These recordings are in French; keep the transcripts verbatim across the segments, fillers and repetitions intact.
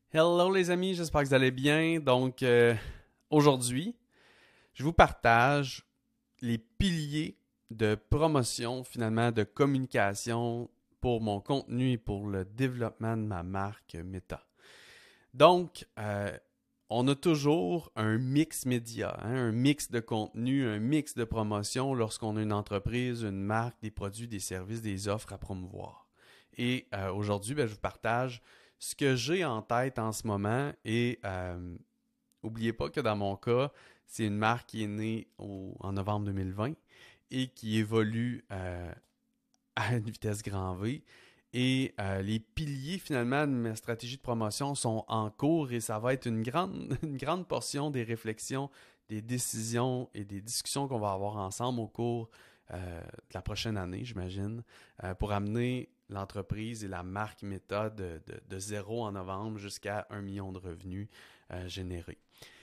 Hello les amis, j'espère que vous allez bien. Donc euh, aujourd'hui, je vous partage les piliers de promotion, finalement, de communication pour mon contenu et pour le développement de ma marque Meta. Donc, euh, on a toujours un mix média, hein, un mix de contenu, un mix de promotion lorsqu'on a une entreprise, une marque, des produits, des services, des offres à promouvoir. Et euh, aujourd'hui, ben, je vous partage ce que j'ai en tête en ce moment et euh, n'oubliez pas que dans mon cas, c'est une marque qui est née au- en novembre deux mille vingt et qui évolue euh, à une vitesse grand V. Et euh, les piliers finalement de ma stratégie de promotion sont en cours et ça va être une grande, une grande portion des réflexions, des décisions et des discussions qu'on va avoir ensemble au cours euh, de la prochaine année, j'imagine, euh, pour amener l'entreprise et la marque Meta de, de, de zéro en novembre jusqu'à un million de revenus euh, générés.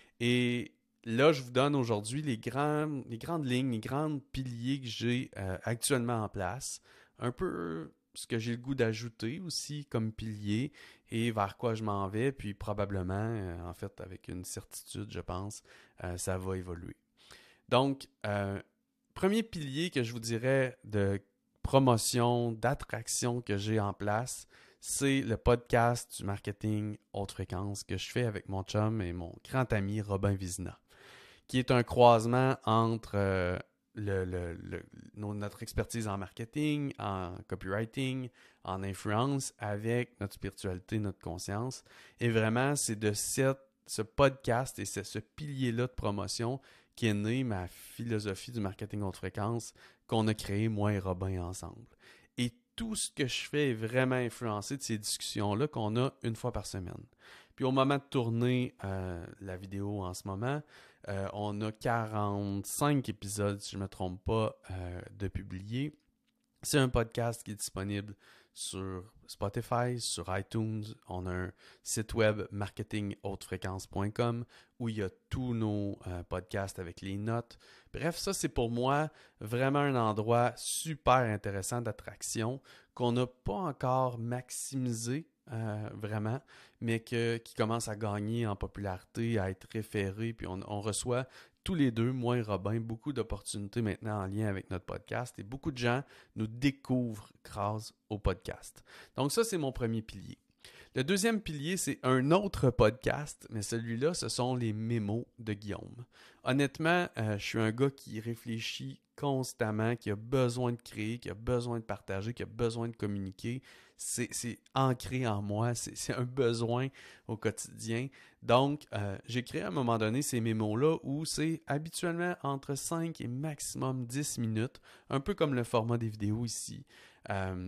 Et là, je vous donne aujourd'hui les, grands, les grandes lignes, les grands piliers que j'ai euh, actuellement en place. Un peu ce que j'ai le goût d'ajouter aussi comme pilier et vers quoi je m'en vais. Puis probablement, euh, en fait, avec une certitude, je pense, euh, ça va évoluer. Donc, euh, premier pilier que je vous dirais de promotion, d'attraction que j'ai en place, c'est le podcast du marketing haute fréquence que je fais avec mon chum et mon grand ami Robin Vizina, qui est un croisement entre euh, le, le, le, notre expertise en marketing, en copywriting, en influence, avec notre spiritualité, notre conscience. Et vraiment, c'est de cette, ce podcast et ce, ce pilier-là de promotion qui est né ma philosophie du marketing haute fréquence qu'on a créé, moi et Robin, ensemble. Et tout ce que je fais est vraiment influencé de ces discussions-là qu'on a une fois par semaine. Puis au moment de tourner euh, la vidéo en ce moment, euh, on a quarante-cinq épisodes, si je ne me trompe pas, euh, de publiés. C'est un podcast qui est disponible sur Spotify, sur iTunes. On a un site web marketing haute fréquence point com où il y a tous nos euh, podcasts avec les notes. Bref, ça c'est pour moi vraiment un endroit super intéressant d'attraction qu'on n'a pas encore maximisé euh, vraiment, mais que, qui commence à gagner en popularité, à être référé, puis on, on reçoit tous les deux, moi et Robin, beaucoup d'opportunités maintenant en lien avec notre podcast et beaucoup de gens nous découvrent grâce au podcast. Donc ça, c'est mon premier pilier. Le deuxième pilier, c'est un autre podcast, mais celui-là, ce sont les mémos de Guillaume. Honnêtement, euh, je suis un gars qui réfléchit constamment, qui a besoin de créer, qui a besoin de partager, qui a besoin de communiquer. C'est, c'est ancré en moi, c'est, c'est un besoin au quotidien. Donc, euh, j'ai créé à un moment donné ces mémos-là où c'est habituellement entre cinq et maximum dix minutes, un peu comme le format des vidéos ici, euh,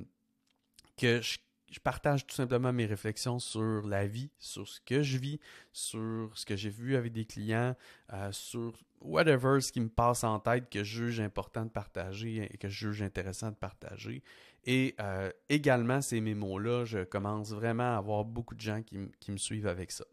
que je je partage tout simplement mes réflexions sur la vie, sur ce que je vis, sur ce que j'ai vu avec des clients, euh, sur whatever ce qui me passe en tête que je juge important de partager et que je juge intéressant de partager. Et euh, également, ces mémos-là, je commence vraiment à avoir beaucoup de gens qui, qui me suivent avec ça.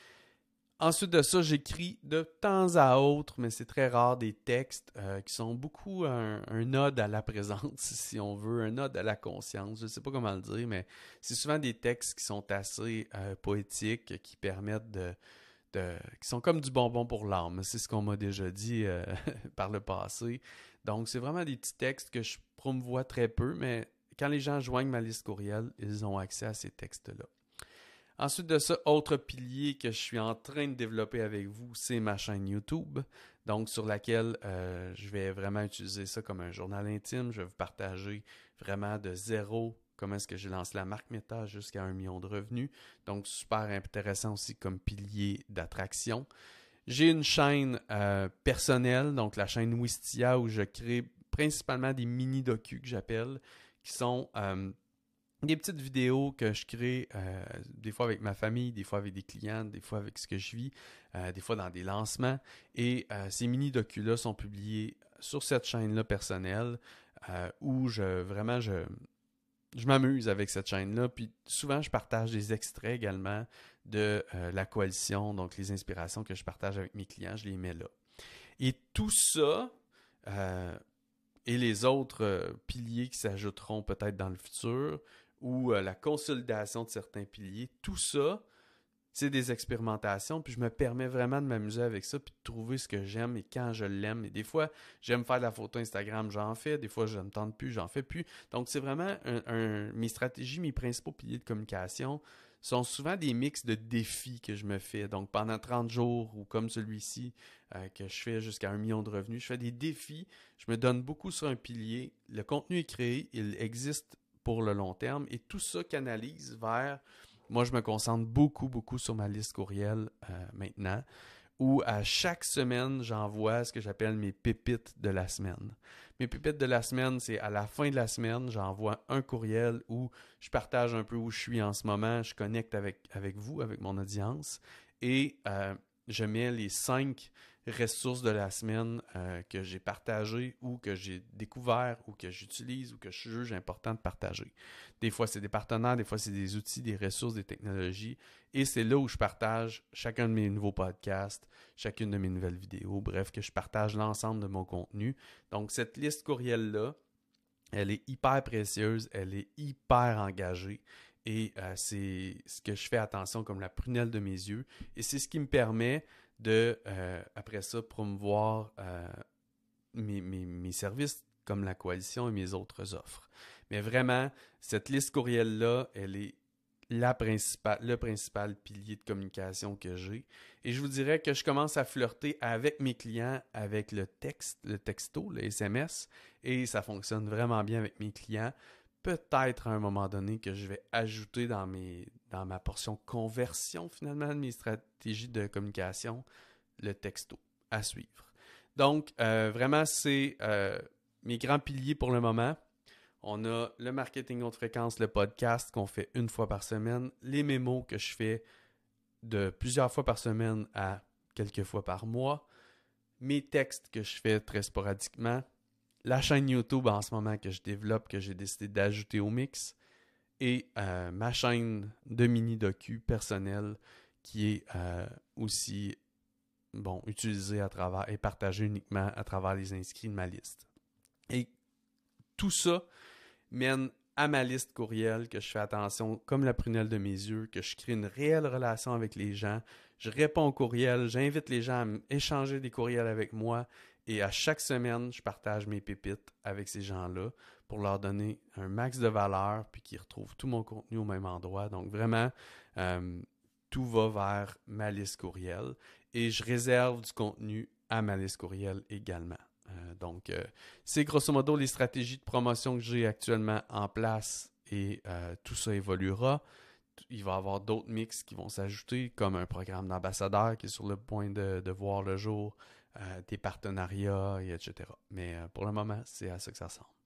Ensuite de ça, j'écris de temps à autre, mais c'est très rare, des textes euh, qui sont beaucoup un, un ode à la présence, si on veut, un ode à la conscience. Je ne sais pas comment le dire, mais c'est souvent des textes qui sont assez euh, poétiques, qui permettent de, de... qui sont comme du bonbon pour l'âme. C'est ce qu'on m'a déjà dit euh, par le passé. Donc, c'est vraiment des petits textes que je promouvois très peu, mais quand les gens joignent ma liste courriel, ils ont accès à ces textes-là. Ensuite de ça, autre pilier que je suis en train de développer avec vous, c'est ma chaîne YouTube, donc sur laquelle euh, je vais vraiment utiliser ça comme un journal intime. Je vais vous partager vraiment de zéro comment est-ce que j'ai lancé la marque Meta jusqu'à un million de revenus. Donc super intéressant aussi comme pilier d'attraction. J'ai une chaîne euh, personnelle, donc la chaîne Wistia, où je crée principalement des mini-docus que j'appelle, qui sont... Euh, des petites vidéos que je crée euh, des fois avec ma famille, des fois avec des clients, des fois avec ce que je vis, euh, des fois dans des lancements. Et euh, ces mini-docus-là sont publiés sur cette chaîne-là personnelle euh, où je vraiment je, je m'amuse avec cette chaîne-là. Puis souvent, je partage des extraits également de euh, la coalition, donc les inspirations que je partage avec mes clients, je les mets là. Et tout ça, euh, et les autres euh, piliers qui s'ajouteront peut-être dans le futur, ou euh, la consolidation de certains piliers, tout ça, c'est des expérimentations, puis je me permets vraiment de m'amuser avec ça, puis de trouver ce que j'aime et quand je l'aime. Et des fois, j'aime faire de la photo Instagram, j'en fais. Des fois, je ne me tente plus, j'en fais plus. Donc, c'est vraiment un, un, mes stratégies, mes principaux piliers de communication sont souvent des mix de défis que je me fais. Donc, pendant trente jours ou comme celui-ci, euh, que je fais jusqu'à un million de revenus, je fais des défis. Je me donne beaucoup sur un pilier. Le contenu est créé, il existe pour le long terme et tout ça canalise vers... Moi, je me concentre beaucoup, beaucoup sur ma liste courriel euh, maintenant, où à chaque semaine, j'envoie ce que j'appelle mes pépites de la semaine. Mes pépites de la semaine, c'est à la fin de la semaine, j'envoie un courriel où je partage un peu où je suis en ce moment, je connecte avec, avec vous, avec mon audience, et euh, je mets les cinq ressources de la semaine euh, que j'ai partagées ou que j'ai découvert ou que j'utilise ou que je juge important de partager. Des fois, c'est des partenaires, des fois, c'est des outils, des ressources, des technologies. Et c'est là où je partage chacun de mes nouveaux podcasts, chacune de mes nouvelles vidéos, bref, que je partage l'ensemble de mon contenu. Donc, cette liste courriel-là, elle est hyper précieuse, elle est hyper engagée. Et euh, c'est ce que je fais attention comme la prunelle de mes yeux. Et c'est ce qui me permet de, euh, après ça, promouvoir euh, mes, mes, mes services comme la coalition et mes autres offres. Mais vraiment, cette liste courriel-là, elle est la principale, le principal pilier de communication que j'ai. Et je vous dirais que je commence à flirter avec mes clients avec le texte, le texto, le S M S, et ça fonctionne vraiment bien avec mes clients. Peut-être à un moment donné que je vais ajouter dans, mes, dans ma portion conversion finalement de mes stratégies de communication, le texto à suivre. Donc, euh, vraiment, c'est euh, mes grands piliers pour le moment. On a le marketing haute fréquence, le podcast qu'on fait une fois par semaine, les mémos que je fais de plusieurs fois par semaine à quelques fois par mois, mes textes que je fais très sporadiquement, la chaîne YouTube en ce moment que je développe, que j'ai décidé d'ajouter au mix, et euh, ma chaîne de mini-docu personnelle qui est euh, aussi bon, utilisée à travers et partagée uniquement à travers les inscrits de ma liste. Et tout ça mène à ma liste courriel, que je fais attention comme la prunelle de mes yeux, que je crée une réelle relation avec les gens. Je réponds aux courriels, j'invite les gens à échanger des courriels avec moi et à chaque semaine, je partage mes pépites avec ces gens-là pour leur donner un max de valeur puis qu'ils retrouvent tout mon contenu au même endroit. Donc vraiment, euh, tout va vers ma liste courriel et je réserve du contenu à ma liste courriel également. Euh, donc, euh, c'est grosso modo les stratégies de promotion que j'ai actuellement en place et euh, tout ça évoluera. Il va y avoir d'autres mix qui vont s'ajouter, comme un programme d'ambassadeur qui est sur le point de, de voir le jour, euh, des partenariats, et et cetera. Mais euh, pour le moment, c'est à ça que ça ressemble.